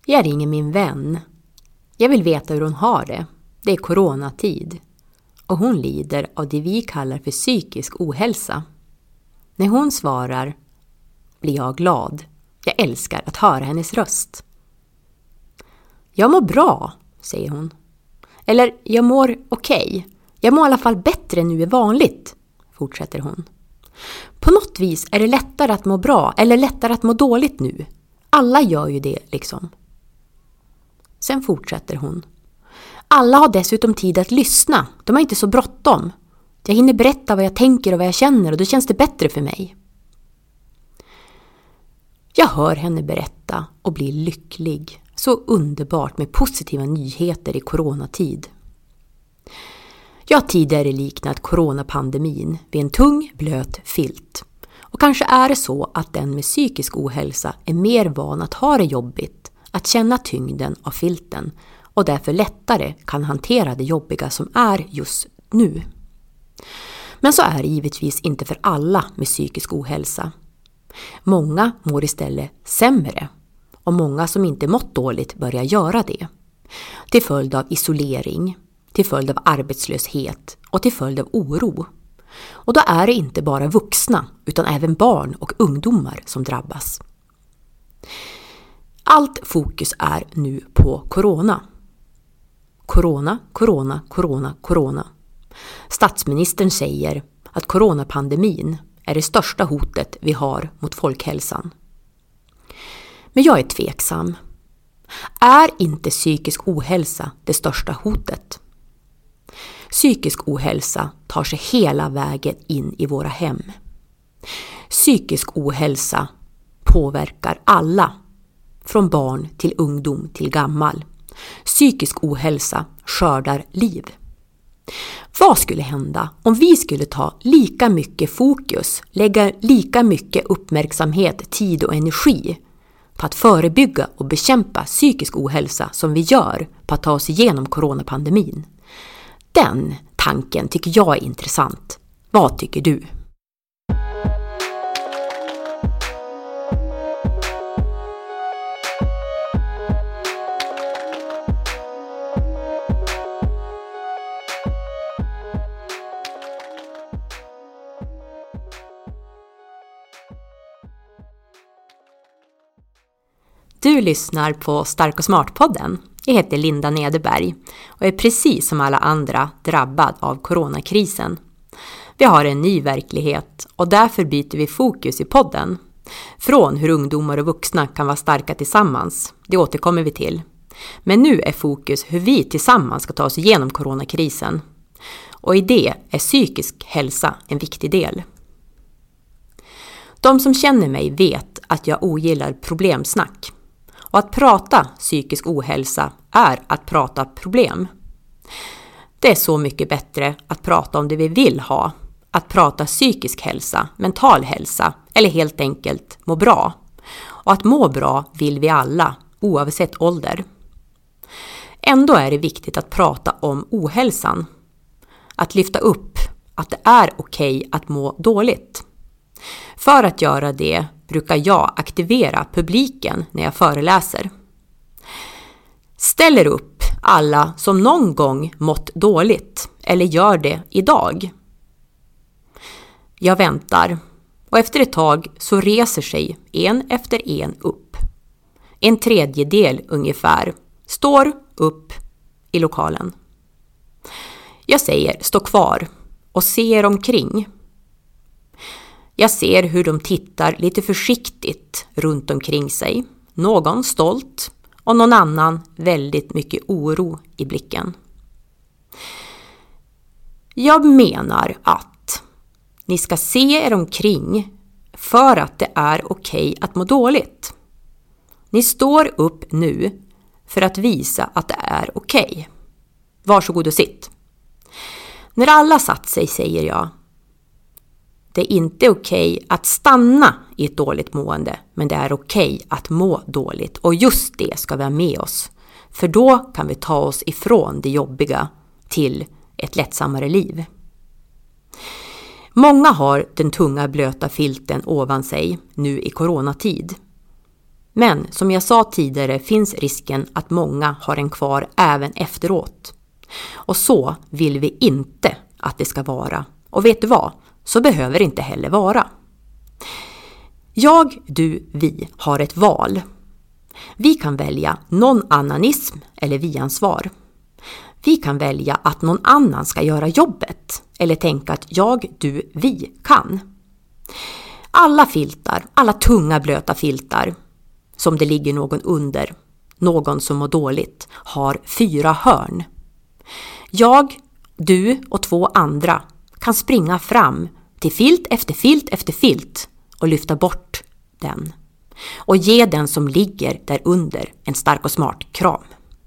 Jag ringer min vän. Jag vill veta hur hon har det. Det är coronatid. Och hon lider av det vi kallar för psykisk ohälsa. När hon svarar blir jag glad. Jag älskar att höra hennes röst. Jag mår bra, säger hon. Eller jag mår okej. Jag mår i alla fall bättre nu än vanligt, fortsätter hon. På något vis är det lättare att må bra eller lättare att må dåligt nu. Alla gör ju det liksom. Sen fortsätter hon. Alla har dessutom tid att lyssna. De har inte så bråttom. Jag hinner berätta vad jag tänker och vad jag känner och då känns det bättre för mig. Jag hör henne berätta och blir lycklig. Så underbart med positiva nyheter i coronatid. Jag har tidigare liknat coronapandemin vid en tung, blöt filt. Och kanske är det så att den med psykisk ohälsa är mer van att ha det jobbigt, att känna tyngden av filten och därför lättare kan hantera det jobbiga som är just nu. Men så är det givetvis inte för alla med psykisk ohälsa. Många mår istället sämre och många som inte mått dåligt börjar göra det. Till följd av isolering, till följd av arbetslöshet och till följd av oro. Och då är det inte bara vuxna utan även barn och ungdomar som drabbas. Allt fokus är nu på corona. Corona, corona, corona, corona. Statsministern säger att coronapandemin är det största hotet vi har mot folkhälsan. Men jag är tveksam. Är inte psykisk ohälsa det största hotet? Psykisk ohälsa tar sig hela vägen in i våra hem. Psykisk ohälsa påverkar alla, från barn till ungdom till gammal. Psykisk ohälsa skördar liv. Vad skulle hända om vi skulle ta lika mycket fokus, lägga lika mycket uppmärksamhet, tid och energi på att förebygga och bekämpa psykisk ohälsa som vi gör på att ta oss igenom coronapandemin? Den tanken tycker jag är intressant. Vad tycker du? Du lyssnar på Stark och Smart-podden. Jag heter Linda Nederberg och är precis som alla andra drabbad av coronakrisen. Vi har en ny verklighet och därför byter vi fokus i podden. Från hur ungdomar och vuxna kan vara starka tillsammans, det återkommer vi till. Men nu är fokus hur vi tillsammans ska ta oss igenom coronakrisen. Och i det är psykisk hälsa en viktig del. De som känner mig vet att jag ogillar problemsnack. Och att prata psykisk ohälsa är att prata problem. Det är så mycket bättre att prata om det vi vill ha. Att prata psykisk hälsa, mental hälsa eller helt enkelt må bra. Och att må bra vill vi alla, oavsett ålder. Ändå är det viktigt att prata om ohälsan. Att lyfta upp att det är okej att må dåligt. För att göra det brukar jag aktivera publiken när jag föreläser. Ställer upp alla som någon gång mått dåligt eller gör det idag. Jag väntar och efter ett tag så reser sig en efter en upp. En tredjedel ungefär står upp i lokalen. Jag säger stå kvar och ser omkring. Jag ser hur de tittar lite försiktigt runt omkring sig. Någon stolt och någon annan väldigt mycket oro i blicken. Jag menar att ni ska se er omkring för att det är okej att må dåligt. Ni står upp nu för att visa att det är okej. Varsågod och sitt. När alla satt sig säger jag: det är inte okej att stanna i ett dåligt mående, men det är okej att må dåligt. Och just det ska vi ha med oss. För då kan vi ta oss ifrån det jobbiga till ett lättsammare liv. Många har den tunga blöta filten ovan sig nu i coronatid. Men som jag sa tidigare finns risken att många har den kvar även efteråt. Och så vill vi inte att det ska vara. Och vet du vad? Så behöver det inte heller vara. Jag, du, vi har ett val. Vi kan välja non-annanism eller vi-ansvar. Vi kan välja att någon annan ska göra jobbet eller tänka att jag, du, vi kan. Alla filtar, alla tunga blöta filtar som det ligger någon under, någon som mår dåligt, har 4 hörn. Jag, du och 2 andra kan springa fram till filt efter filt efter filt och lyfta bort den. Och ge den som ligger där under en stark och smart kram.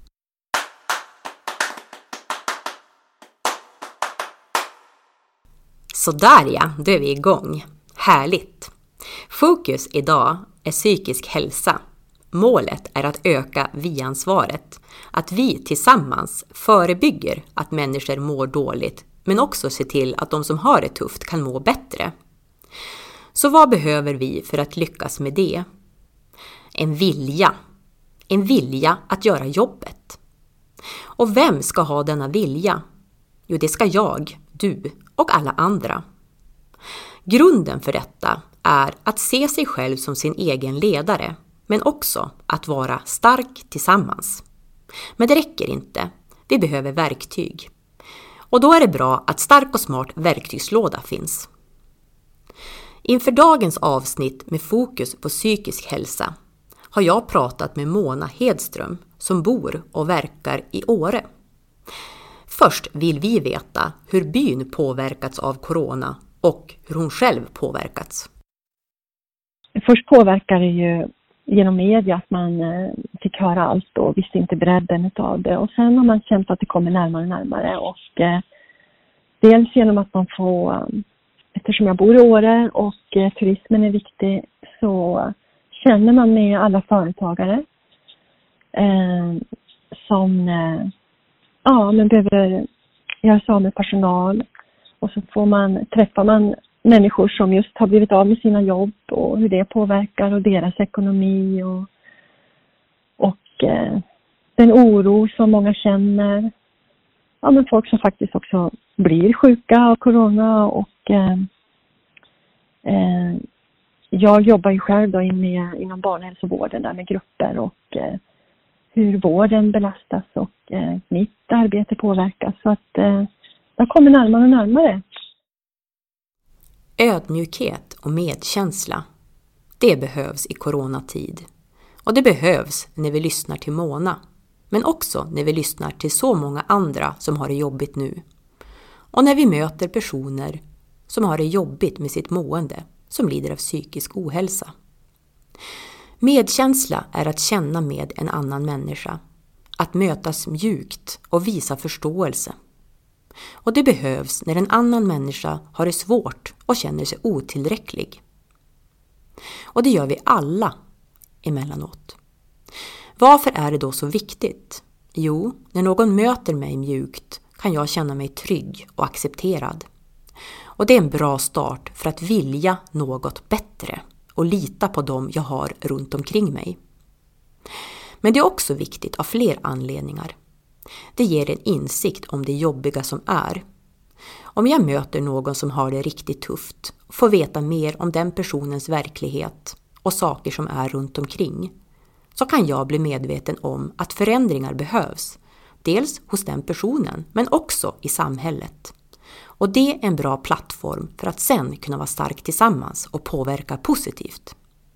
Så där ja, då är vi igång. Härligt! Fokus idag är psykisk hälsa. Målet är att öka vi-ansvaret. Att vi tillsammans förebygger att människor mår dåligt, men också se till att de som har det tufft kan må bättre. Så vad behöver vi för att lyckas med det? En vilja. En vilja att göra jobbet. Och vem ska ha denna vilja? Jo, det ska jag, du och alla andra. Grunden för detta är att se sig själv som sin egen ledare, men också att vara stark tillsammans. Men det räcker inte. Vi behöver verktyg. Och då är det bra att stark och smart verktygslåda finns. Inför dagens avsnitt med fokus på psykisk hälsa har jag pratat med Mona Hedström som bor och verkar i Åre. Först vill vi veta hur byn påverkats av corona och hur hon själv påverkats. Först påverkar det ju genom media att man fick höra allt och visste inte bredden av det. Och sen har man känt att det kommer närmare och närmare. Och dels genom att man får, eftersom jag bor i Åre och turismen är viktig, så känner man med alla företagare som man behöver göra sig av med personal. Och så träffar man människor som just har blivit av med sina jobb och hur det påverkar och deras ekonomi och den oro som många känner. Ja, men folk som faktiskt också blir sjuka av corona och jag jobbar ju själv då inom barnhälsovården där med grupper och hur vården belastas och mitt arbete påverkas, så att jag kommer närmare och närmare. Ödmjukhet och medkänsla, det behövs i coronatid. Och det behövs när vi lyssnar till Mona, men också när vi lyssnar till så många andra som har det jobbigt nu. Och när vi möter personer som har det jobbigt med sitt mående, som lider av psykisk ohälsa. Medkänsla är att känna med en annan människa, att mötas mjukt och visa förståelse. Och det behövs när en annan människa har det svårt och känner sig otillräcklig. Och det gör vi alla emellanåt. Varför är det då så viktigt? Jo, när någon möter mig mjukt kan jag känna mig trygg och accepterad. Och det är en bra start för att vilja något bättre och lita på dem jag har runt omkring mig. Men det är också viktigt av fler anledningar. Det ger en insikt om det jobbiga som är. Om jag möter någon som har det riktigt tufft och får veta mer om den personens verklighet och saker som är runt omkring, så kan jag bli medveten om att förändringar behövs. Dels hos den personen, men också i samhället. Och det är en bra plattform för att sen kunna vara stark tillsammans och påverka positivt.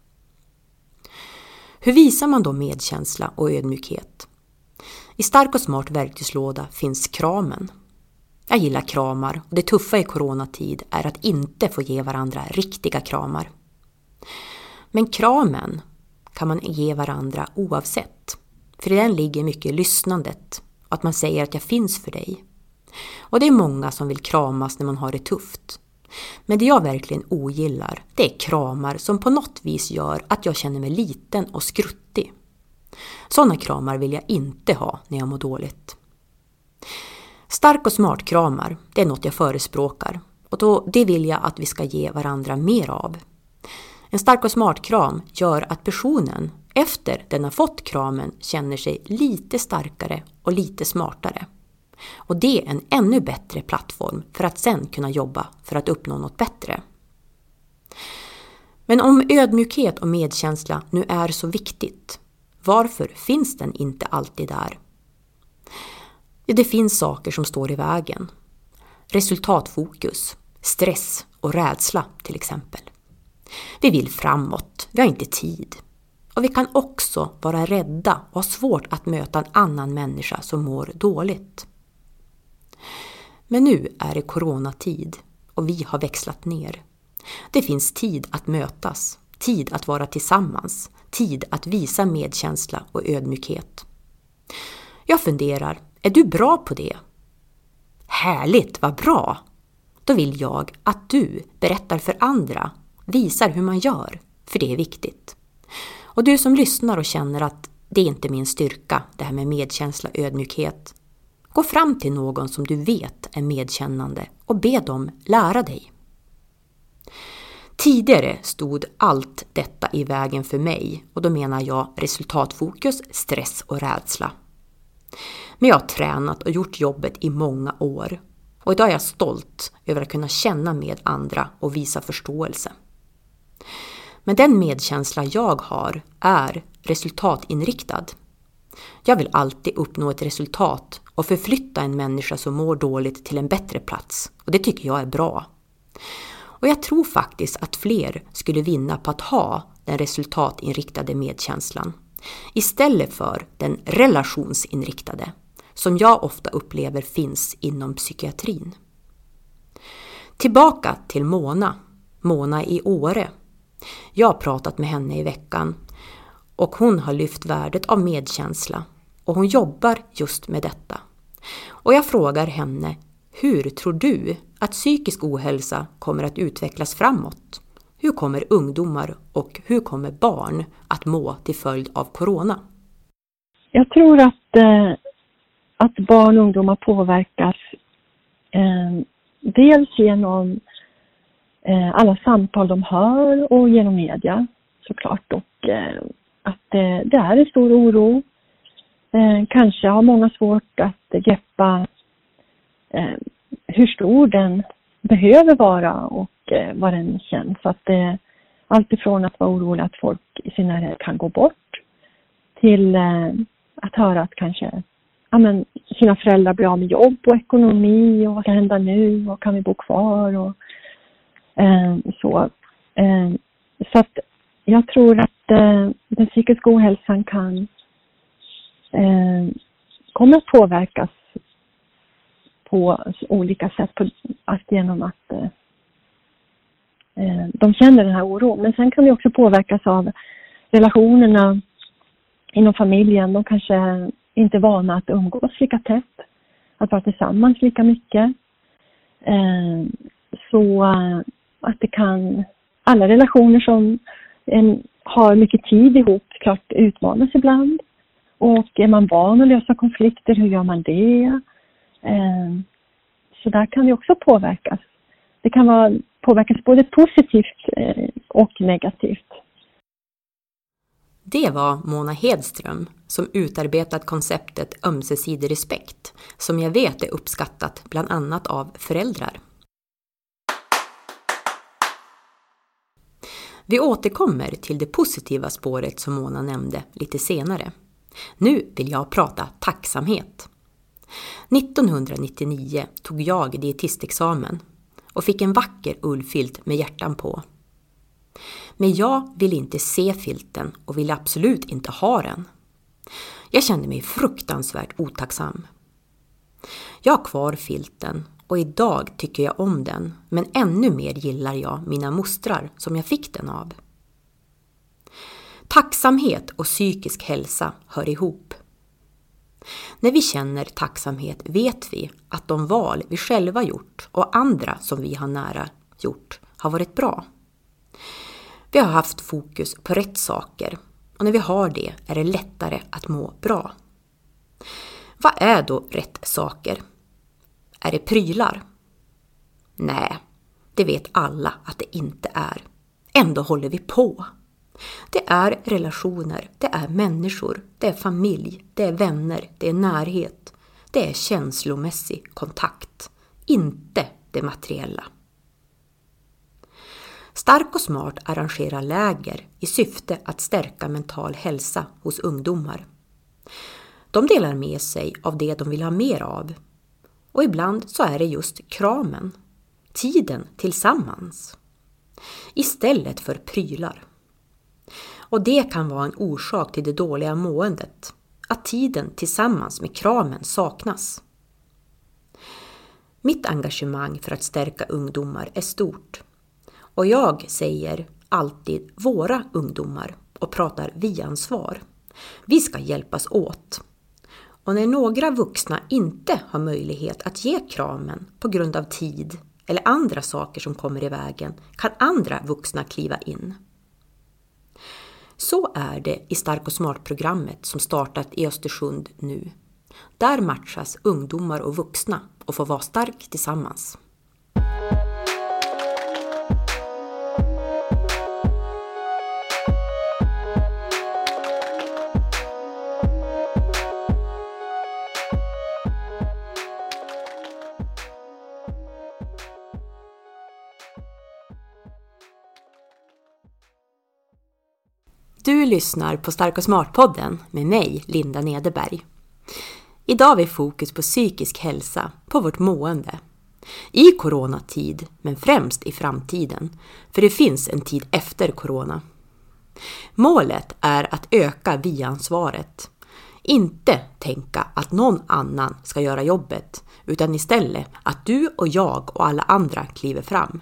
Hur visar man då medkänsla och ödmjukhet? I stark och smart verktygslåda finns kramen. Jag gillar kramar och det tuffa i coronatid är att inte få ge varandra riktiga kramar. Men kramen kan man ge varandra oavsett. För i den ligger mycket lyssnandet och att man säger att jag finns för dig. Och det är många som vill kramas när man har det tufft. Men det jag verkligen ogillar, det är kramar som på något vis gör att jag känner mig liten och skruttig. Sådana kramar vill jag inte ha när jag mår dåligt. Stark och smart kramar, det är något jag förespråkar. Och det vill jag att vi ska ge varandra mer av. En stark och smart kram gör att personen efter den har fått kramen känner sig lite starkare och lite smartare. Och det är en ännu bättre plattform för att sen kunna jobba för att uppnå något bättre. Men om ödmjukhet och medkänsla nu är så viktigt, varför finns den inte alltid där? Det finns saker som står i vägen. Resultatfokus, stress och rädsla till exempel. Vi vill framåt, vi har inte tid. Och vi kan också vara rädda och ha svårt att möta en annan människa som mår dåligt. Men nu är det coronatid och vi har växlat ner. Det finns tid att mötas, tid att vara tillsammans, tid att visa medkänsla och ödmjukhet. Jag funderar, är du bra på det? Härligt, vad bra! Då vill jag att du berättar för andra, visar hur man gör, för det är viktigt. Och du som lyssnar och känner att det är inte min styrka, det här med medkänsla och ödmjukhet. Gå fram till någon som du vet är medkännande och be dem lära dig. Tidigare stod allt detta i vägen för mig och då menar jag resultatfokus, stress och rädsla. Men jag har tränat och gjort jobbet i många år och idag är jag stolt över att kunna känna med andra och visa förståelse. Men den medkänsla jag har är resultatinriktad. Jag vill alltid uppnå ett resultat och förflytta en människa som mår dåligt till en bättre plats. Och det tycker jag är bra. Och jag tror faktiskt att fler skulle vinna på att ha den resultatinriktade medkänslan. Istället för den relationsinriktade som jag ofta upplever finns inom psykiatrin. Tillbaka till Mona i Åre. Jag har pratat med henne i veckan och hon har lyft värdet av medkänsla och hon jobbar just med detta. Och jag frågar henne, hur tror du att psykisk ohälsa kommer att utvecklas framåt? Hur kommer ungdomar och hur kommer barn att må till följd av corona? Jag tror att barn och ungdomar påverkas dels genom alla samtal de hör och genom media såklart. Och att det är en stor oro. Kanske har många svårt att greppa hur stor den behöver vara och vad den känns. Så att allt ifrån att vara orolig att folk i sin närhet kan gå bort till att höra att kanske sina föräldrar blir av med jobb och ekonomi och vad kan hända nu och kan vi bo kvar och så. Så att jag tror att den psykiska ohälsan kommer att påverkas på olika sätt genom att de känner den här oron. Men sen kan vi också påverkas av relationerna inom familjen. De kanske inte är vana att umgås lika tätt, att vara tillsammans lika mycket. Så att det kan, alla relationer som har mycket tid ihop, klart utmanas ibland. Och är man van att lösa konflikter, hur gör man det? Så där kan vi också påverkas. Det kan påverkas både positivt och negativt. Det var Mona Hedström som utarbetat konceptet ömsesidig respekt som jag vet är uppskattat bland annat av föräldrar. Vi återkommer till det positiva spåret som Mona nämnde lite senare. Nu vill jag prata tacksamhet. 1999 tog jag dietistexamen och fick en vacker ullfilt med hjärtan på. Men jag ville inte se filten och ville absolut inte ha den. Jag kände mig fruktansvärt otacksam. Jag har kvar filten och idag tycker jag om den, men ännu mer gillar jag mina mostrar som jag fick den av. Tacksamhet och psykisk hälsa hör ihop. När vi känner tacksamhet vet vi att de val vi själva gjort och andra som vi har nära gjort har varit bra. Vi har haft fokus på rätt saker och när vi har det är det lättare att må bra. Vad är då rätt saker? Är det prylar? Nej, det vet alla att det inte är. Ändå håller vi på. Det är relationer, det är människor, det är familj, det är vänner, det är närhet. Det är känslomässig kontakt, inte det materiella. Stark och smart arrangerar läger i syfte att stärka mental hälsa hos ungdomar. De delar med sig av det de vill ha mer av. Och ibland så är det just kramen, tiden tillsammans, istället för prylar. Och det kan vara en orsak till det dåliga måendet, att tiden tillsammans med kramen saknas. Mitt engagemang för att stärka ungdomar är stort. Och jag säger alltid våra ungdomar och pratar vi-ansvar. Vi ska hjälpas åt. Och när några vuxna inte har möjlighet att ge kramen på grund av tid eller andra saker som kommer i vägen kan andra vuxna kliva in. Så är det i Stark och smart-programmet som startat i Östersund nu. Där matchas ungdomar och vuxna och får vara stark tillsammans. Du lyssnar på Stark och smart-podden med mig, Linda Nederberg. Idag har vi fokus på psykisk hälsa, på vårt mående. I coronatid, men främst i framtiden, för det finns en tid efter corona. Målet är att öka vi-ansvaret. Inte tänka att någon annan ska göra jobbet, utan istället att du och jag och alla andra kliver fram.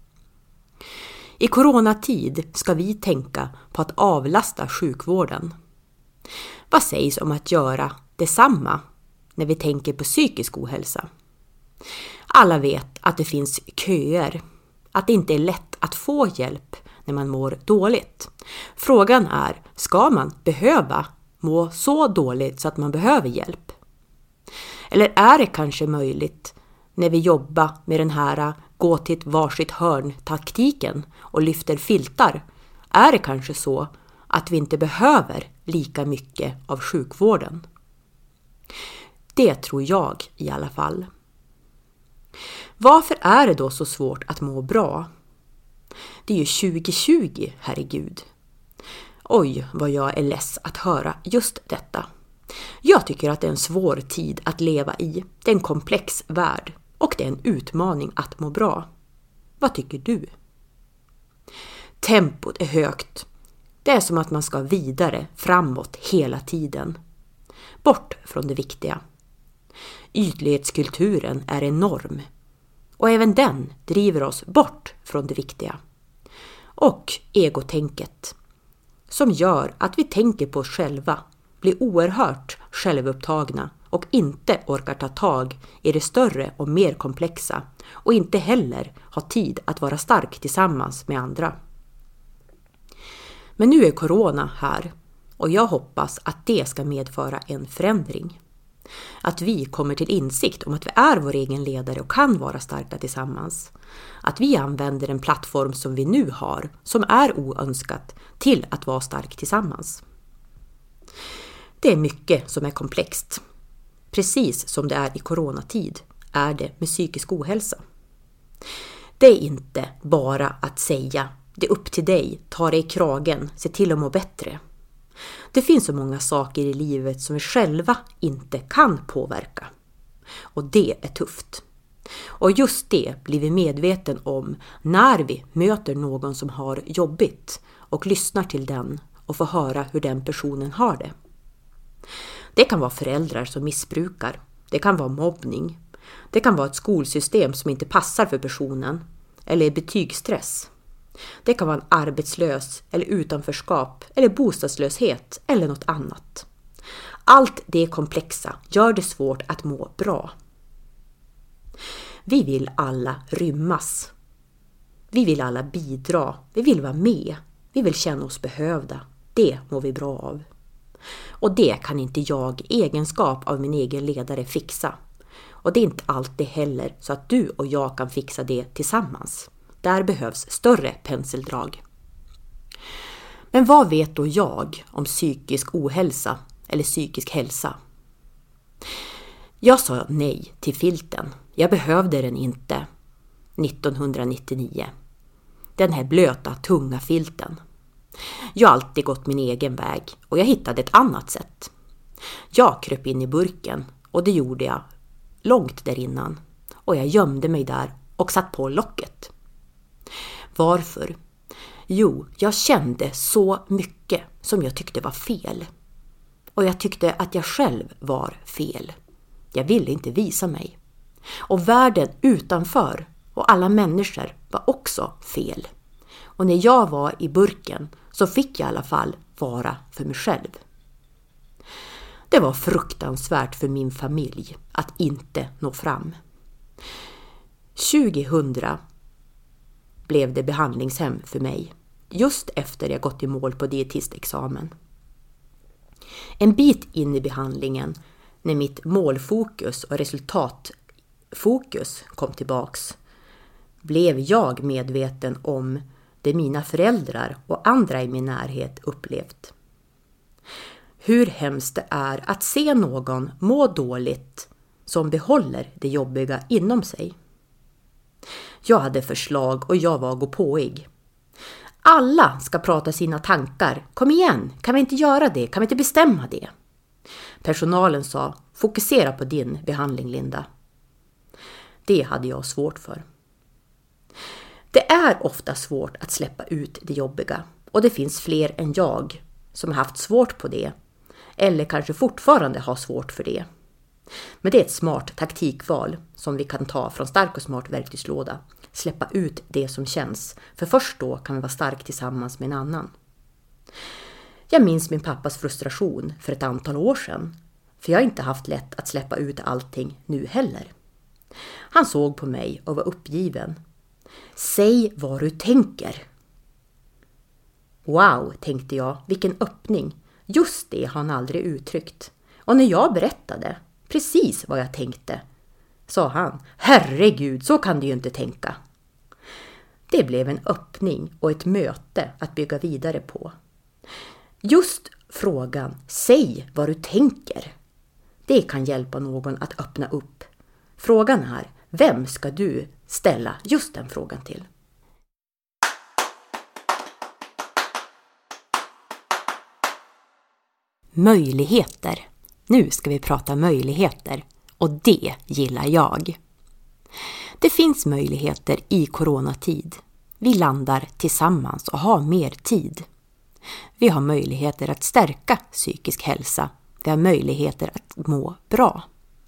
I coronatid ska vi tänka på att avlasta sjukvården. Vad sägs om att göra detsamma när vi tänker på psykisk ohälsa? Alla vet att det finns köer, att det inte är lätt att få hjälp när man mår dåligt. Frågan är, ska man behöva må så dåligt så att man behöver hjälp? Eller är det kanske möjligt när vi jobbar med den här gå till ett varsitt hörn-taktiken och lyfter filtar? Är det kanske så att vi inte behöver lika mycket av sjukvården? Det tror jag i alla fall. Varför är det då så svårt att må bra? Det är ju 2020, herregud. Oj, vad jag är less att höra just detta. Jag tycker att det är en svår tid att leva i. Det är en komplex värld och det är en utmaning att må bra. Vad tycker du? Tempot är högt. Det är som att man ska vidare, framåt hela tiden. Bort från det viktiga. Ytlighetskulturen är enorm. Och även den driver oss bort från det viktiga. Och egotänket, som gör att vi tänker på oss själva, blir oerhört självupptagna och inte orkar ta tag i det större och mer komplexa och inte heller har tid att vara stark tillsammans med andra. Men nu är corona här och jag hoppas att det ska medföra en förändring. Att vi kommer till insikt om att vi är vår egen ledare och kan vara starka tillsammans. Att vi använder en plattform som vi nu har, som är oönskat, till att vara stark tillsammans. Det är mycket som är komplext. Precis som det är i coronatid är det med psykisk ohälsa. Det är inte bara att säga, det är upp till dig, ta dig i kragen, se till att må bättre. Det finns så många saker i livet som vi själva inte kan påverka. Och det är tufft. Och just det blir vi medveten om när vi möter någon som har jobbigt och lyssnar till den och får höra hur den personen har det. Det kan vara föräldrar som missbrukar. Det kan vara mobbning. Det kan vara ett skolsystem som inte passar för personen. Eller betygsstress. Det kan vara en arbetslös eller utanförskap eller bostadslöshet eller något annat. Allt det komplexa gör det svårt att må bra. Vi vill alla rymmas. Vi vill alla bidra. Vi vill vara med. Vi vill känna oss behövda. Det mår vi bra av. Och det kan inte jag i egenskap av min egen ledare fixa. Och det är inte alltid heller så att du och jag kan fixa det tillsammans. Där behövs större penseldrag. Men vad vet då jag om psykisk ohälsa eller psykisk hälsa? Jag sa nej till filten. Jag behövde den inte 1999. Den här blöta, tunga filten. Jag har alltid gått min egen väg och jag hittade ett annat sätt. Jag kröp in i burken och det gjorde jag långt där innan. Och jag gömde mig där och satt på locket. Varför? Jo, jag kände så mycket som jag tyckte var fel. Och jag tyckte att jag själv var fel. Jag ville inte visa mig. Och världen utanför och alla människor var också fel. Och när jag var i burken så fick jag i alla fall vara för mig själv. Det var fruktansvärt för min familj att inte nå fram. 2000 blev det behandlingshem för mig. Just efter jag gått i mål på dietistexamen. En bit in i behandlingen, när mitt målfokus och resultatfokus kom tillbaks, blev jag medveten om det mina föräldrar och andra i min närhet upplevt. Hur hemskt det är att se någon må dåligt som behåller det jobbiga inom sig. Jag hade förslag och jag var gåpåig. Alla ska prata sina tankar. Kom igen, kan vi inte göra det? Kan vi inte bestämma det? Personalen sa, fokusera på din behandling, Linda. Det hade jag svårt för. Det är ofta svårt att släppa ut det jobbiga. Och det finns fler än jag som har haft svårt på det. Eller kanske fortfarande har svårt för det. Men det är ett smart taktikval som vi kan ta från Stark och smart verktygslåda. Släppa ut det som känns. För först då kan vi vara stark tillsammans med en annan. Jag minns min pappas frustration för ett antal år sedan. För jag har inte haft lätt att släppa ut allting nu heller. Han såg på mig och var uppgiven. Säg vad du tänker. Wow, tänkte jag, vilken öppning. Just det har han aldrig uttryckt. Och när jag berättade precis vad jag tänkte, sa han, herregud, så kan du ju inte tänka. Det blev en öppning och ett möte att bygga vidare på. Just frågan, säg vad du tänker. Det kan hjälpa någon att öppna upp. Frågan är, vem ska du ställa just den frågan till? Möjligheter. Nu ska vi prata möjligheter och det gillar jag. Det finns möjligheter i coronatid. Vi landar tillsammans och har mer tid. Vi har möjligheter att stärka psykisk hälsa. Vi har möjligheter att må bra.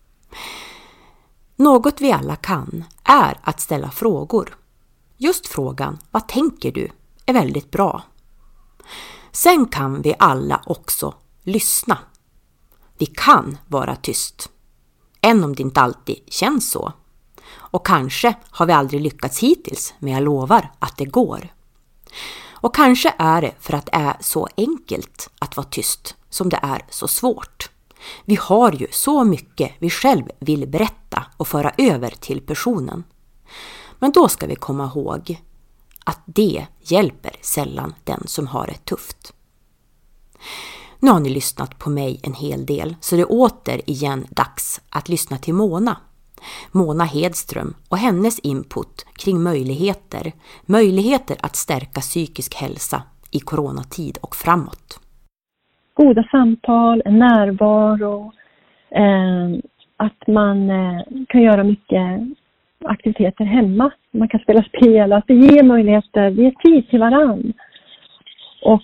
Något vi alla kan är att ställa frågor. Just frågan, vad tänker du, är väldigt bra. Sen kan vi alla också lyssna. Vi kan vara tyst. Än om det inte alltid känns så. Och kanske har vi aldrig lyckats hittills, men jag lovar att det går. Och kanske är det för att det är så enkelt att vara tyst som det är så svårt. Vi har ju så mycket vi själv vill berätta och föra över till personen. Men då ska vi komma ihåg att det hjälper sällan den som har det tufft. Nu har ni lyssnat på mig en hel del, så det är återigen dags att lyssna till Mona Hedström och hennes input kring möjligheter att stärka psykisk hälsa i coronatid och framåt. Goda samtal, närvaro, att man kan göra mycket aktiviteter hemma. Man kan spela spel, att det ger möjligheter, det ger tid till varann. Och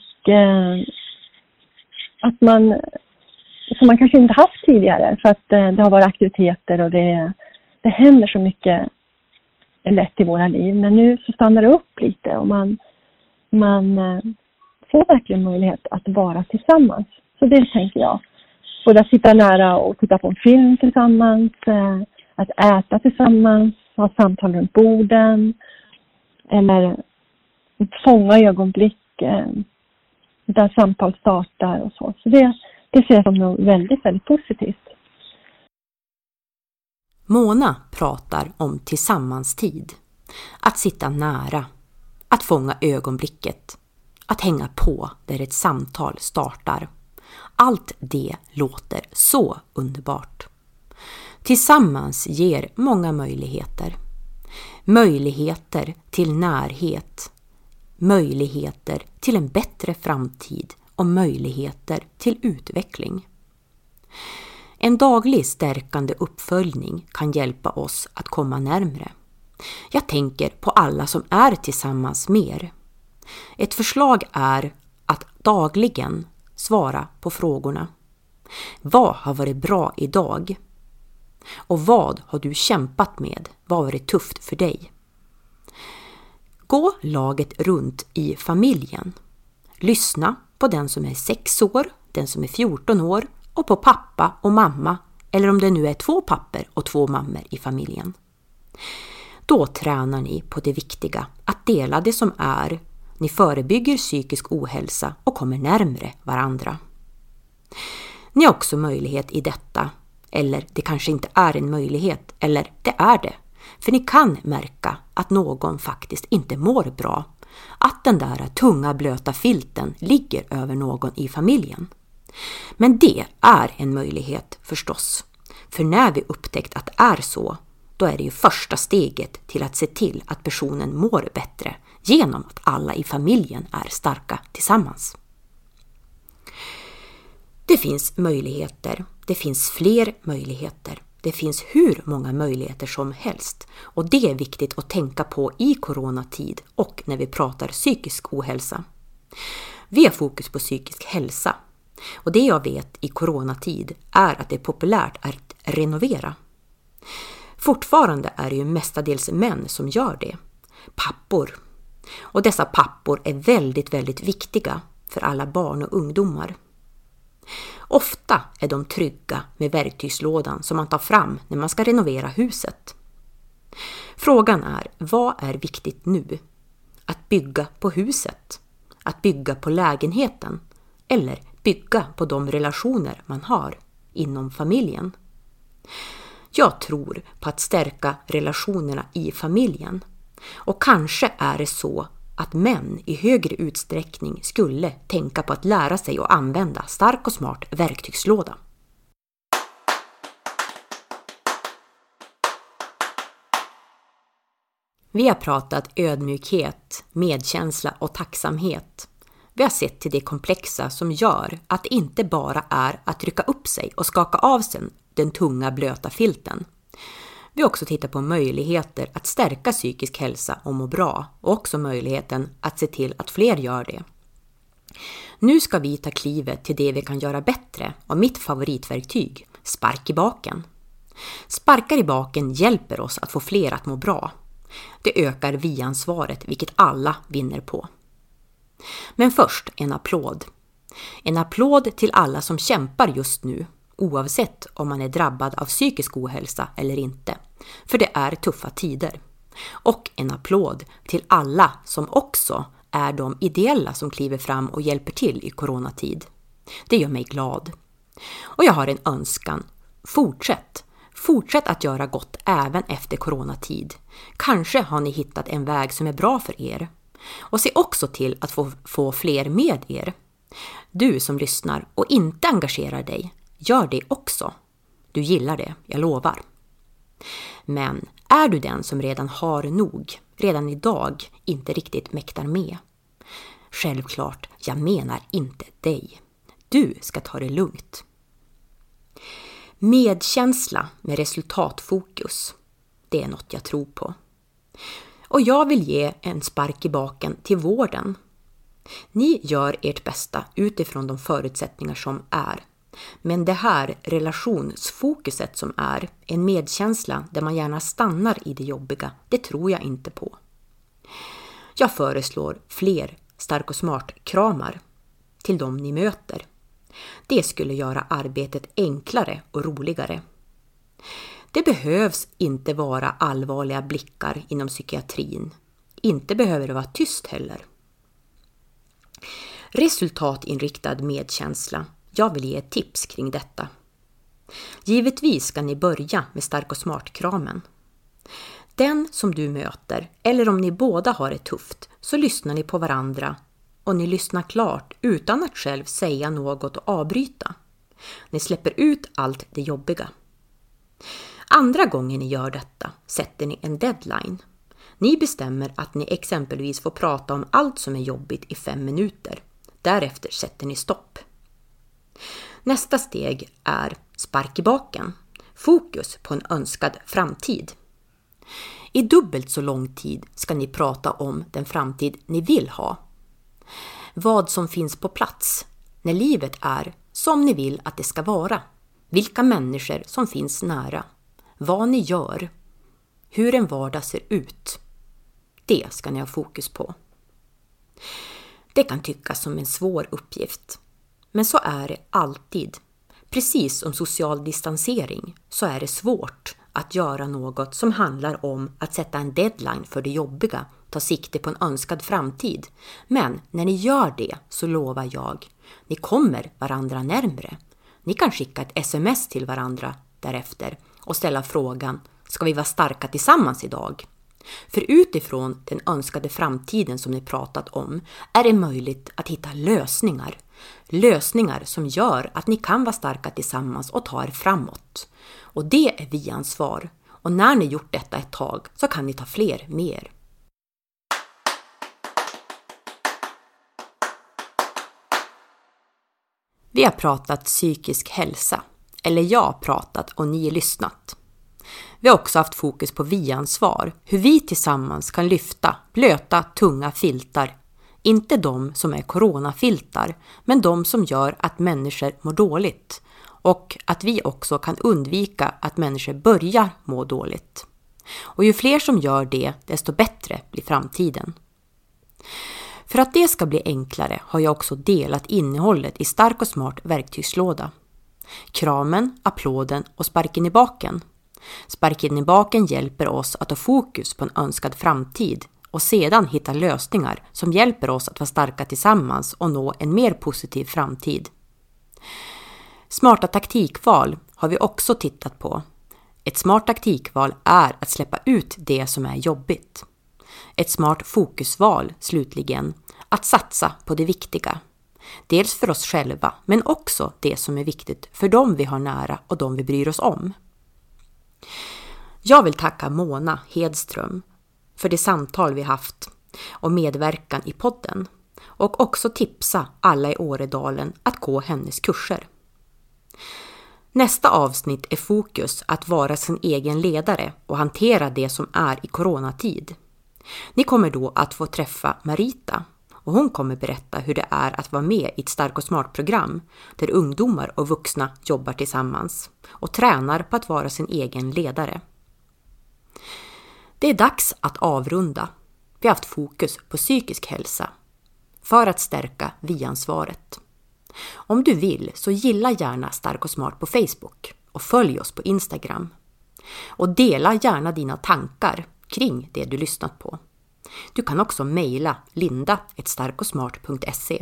att som man kanske inte haft tidigare, för att det har varit aktiviteter och det händer så mycket lätt i våra liv. Men nu så stannar det upp lite och man får verkligen möjlighet att vara tillsammans. Så det tänker jag. Både att sitta nära och titta på en film tillsammans, att äta tillsammans, ha samtal runt borden eller fånga ögonblick där samtal startar och så. Så det ser jag som något väldigt, väldigt positivt. Mona pratar om tillsammanstid. Att sitta nära. Att fånga ögonblicket. att hänga på där ett samtal startar. Allt det låter så underbart. Tillsammans ger många möjligheter. Möjligheter till närhet. Möjligheter till en bättre framtid och möjligheter till utveckling. En daglig stärkande uppföljning kan hjälpa oss att komma närmare. Jag tänker på alla som är tillsammans med er. Ett förslag är att dagligen svara på frågorna. Vad har varit bra idag? Och vad har du kämpat med? Vad har varit tufft för dig? Gå laget runt i familjen. Lyssna på den som är 6 år, den som är 14 år och på pappa och mamma, eller om det nu är 2 pappor och 2 mammor i familjen. Då tränar ni på det viktiga, att dela det som är. Ni förebygger psykisk ohälsa och kommer närmare varandra. Ni har också möjlighet i detta, eller det kanske inte är en möjlighet, eller det är det. För ni kan märka att någon faktiskt inte mår bra. Att den där tunga blöta filten ligger över någon i familjen. Men det är en möjlighet förstås. För när vi upptäckt att det är så, då är det ju första steget till att se till att personen mår bättre genom att alla i familjen är starka tillsammans. Det finns möjligheter. Det finns fler möjligheter. Det finns hur många möjligheter som helst. Och det är viktigt att tänka på i coronatid och när vi pratar psykisk ohälsa. Vi har fokus på psykisk hälsa. Och det jag vet i coronatid är att det är populärt att renovera. Fortfarande är det ju mestadels män som gör det. Pappor. Och dessa pappor är väldigt, väldigt viktiga för alla barn och ungdomar. Ofta är de trygga med verktygslådan som man tar fram när man ska renovera huset. Frågan är, vad är viktigt nu? Att bygga på huset? Att bygga på lägenheten? Eller bygga på de relationer man har inom familjen? Jag tror på att stärka relationerna i familjen. Och kanske är det så att män i högre utsträckning skulle tänka på att lära sig att använda stark och smart verktygslåda. Vi har pratat ödmjukhet, medkänsla och tacksamhet. Vi har sett till det komplexa som gör att det inte bara är att rycka upp sig och skaka av sig den tunga blöta filten. Vi har också tittat på möjligheter att stärka psykisk hälsa och må bra och också möjligheten att se till att fler gör det. Nu ska vi ta klivet till det vi kan göra bättre och mitt favoritverktyg, spark i baken. Sparkar i baken hjälper oss att få fler att må bra. Det ökar vi-ansvaret vilket alla vinner på. Men först en applåd. En applåd till alla som kämpar just nu. Oavsett om man är drabbad av psykisk ohälsa eller inte. För det är tuffa tider. Och en applåd till alla som också är de ideella som kliver fram och hjälper till i coronatid. Det gör mig glad. Och jag har en önskan. Fortsätt att göra gott även efter coronatid. Kanske har ni hittat en väg som är bra för er. Och se också till att få fler med er. Du som lyssnar och inte engagerar dig, gör det också. Du gillar det, jag lovar. Men är du den som redan har nog, redan idag inte riktigt mäktar med? Självklart, jag menar inte dig. Du ska ta det lugnt. Medkänsla med resultatfokus, det är något jag tror på. Och jag vill ge en spark i baken till vården. Ni gör ert bästa utifrån de förutsättningar som är. Men det här relationsfokuset som är en medkänsla där man gärna stannar i det jobbiga, det tror jag inte på. Jag föreslår fler stark och smart kramar till dem ni möter. Det skulle göra arbetet enklare och roligare. Det behövs inte vara allvarliga blickar inom psykiatrin. Inte behöver det vara tyst heller. Resultatinriktad medkänsla. Jag vill ge ett tips kring detta. Givetvis ska ni börja med stark och smart-kramen. Den som du möter, eller om ni båda har det tufft, så lyssnar ni på varandra och ni lyssnar klart utan att själv säga något och avbryta. Ni släpper ut allt det jobbiga. Andra gången ni gör detta sätter ni en deadline. Ni bestämmer att ni exempelvis får prata om allt som är jobbigt i 5 minuter. Därefter sätter ni stopp. Nästa steg är spark i baken. Fokus på en önskad framtid. I dubbelt så lång tid ska ni prata om den framtid ni vill ha. Vad som finns på plats när livet är som ni vill att det ska vara. Vilka människor som finns nära. Vad ni gör. Hur en vardag ser ut. Det ska ni ha fokus på. Det kan tyckas som en svår uppgift. Men så är det alltid. Precis som social distansering så är det svårt att göra något som handlar om att sätta en deadline för det jobbiga, ta sikte på en önskad framtid. Men när ni gör det så lovar jag, ni kommer varandra närmre. Ni kan skicka ett sms till varandra därefter och ställa frågan, ska vi vara starka tillsammans idag? För utifrån den önskade framtiden som ni pratat om är det möjligt att hitta lösningar. Lösningar som gör att ni kan vara starka tillsammans och ta er framåt. Och det är vi-ansvar. Och när ni gjort detta ett tag så kan ni ta fler med er. Vi har pratat psykisk hälsa. Eller jag har pratat och ni har lyssnat. Vi har också haft fokus på vi-ansvar. Hur vi tillsammans kan lyfta blöta, tunga filtar. Inte de som är coronafiltar, men de som gör att människor mår dåligt. Och att vi också kan undvika att människor börjar må dåligt. Och ju fler som gör det, desto bättre blir framtiden. För att det ska bli enklare har jag också delat innehållet i Stark och smart verktygslåda. Kramen, applåden och sparken i baken. Sparken i baken hjälper oss att ha fokus på en önskad framtid och sedan hitta lösningar som hjälper oss att vara starka tillsammans och nå en mer positiv framtid. Smarta taktikval har vi också tittat på. Ett smart taktikval är att släppa ut det som är jobbigt. Ett smart fokusval slutligen, att satsa på det viktiga. Dels för oss själva men också det som är viktigt för dem vi har nära och dem vi bryr oss om. Jag vill tacka Mona Hedström för det samtal vi haft och medverkan i podden och också tipsa alla i Åredalen att gå hennes kurser. Nästa avsnitt är fokus att vara sin egen ledare och hantera det som är i coronatid. Ni kommer då att få träffa Marita och hon kommer berätta hur det är att vara med i ett Stark och smart-program där ungdomar och vuxna jobbar tillsammans och tränar på att vara sin egen ledare. Det är dags att avrunda. Vi har haft fokus på psykisk hälsa för att stärka vi-ansvaret. Om du vill så gilla gärna Stark och smart på Facebook och följ oss på Instagram. Och dela gärna dina tankar kring det du lyssnat på. Du kan också mejla linda@starkosmart.se.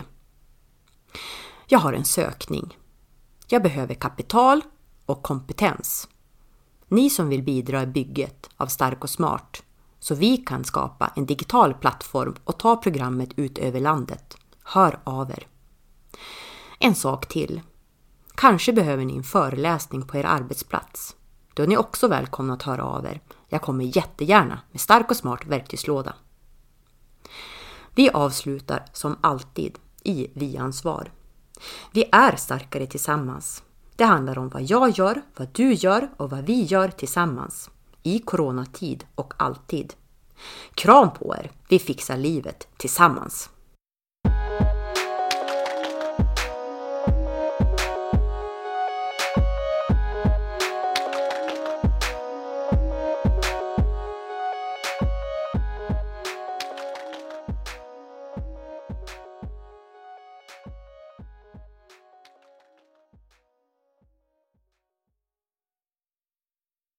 Jag har en sökning. Jag behöver kapital och kompetens. Ni som vill bidra i bygget av Stark och smart så vi kan skapa en digital plattform och ta programmet ut över landet. Hör av er. En sak till. Kanske behöver ni en föreläsning på er arbetsplats. Då är ni också välkomna att höra av er. Jag kommer jättegärna med Stark och smart verktygslåda. Vi avslutar som alltid i vi-ansvar. Vi är starkare tillsammans. Det handlar om vad jag gör, vad du gör och vad vi gör tillsammans. I coronatid och alltid. Kram på er, vi fixar livet tillsammans.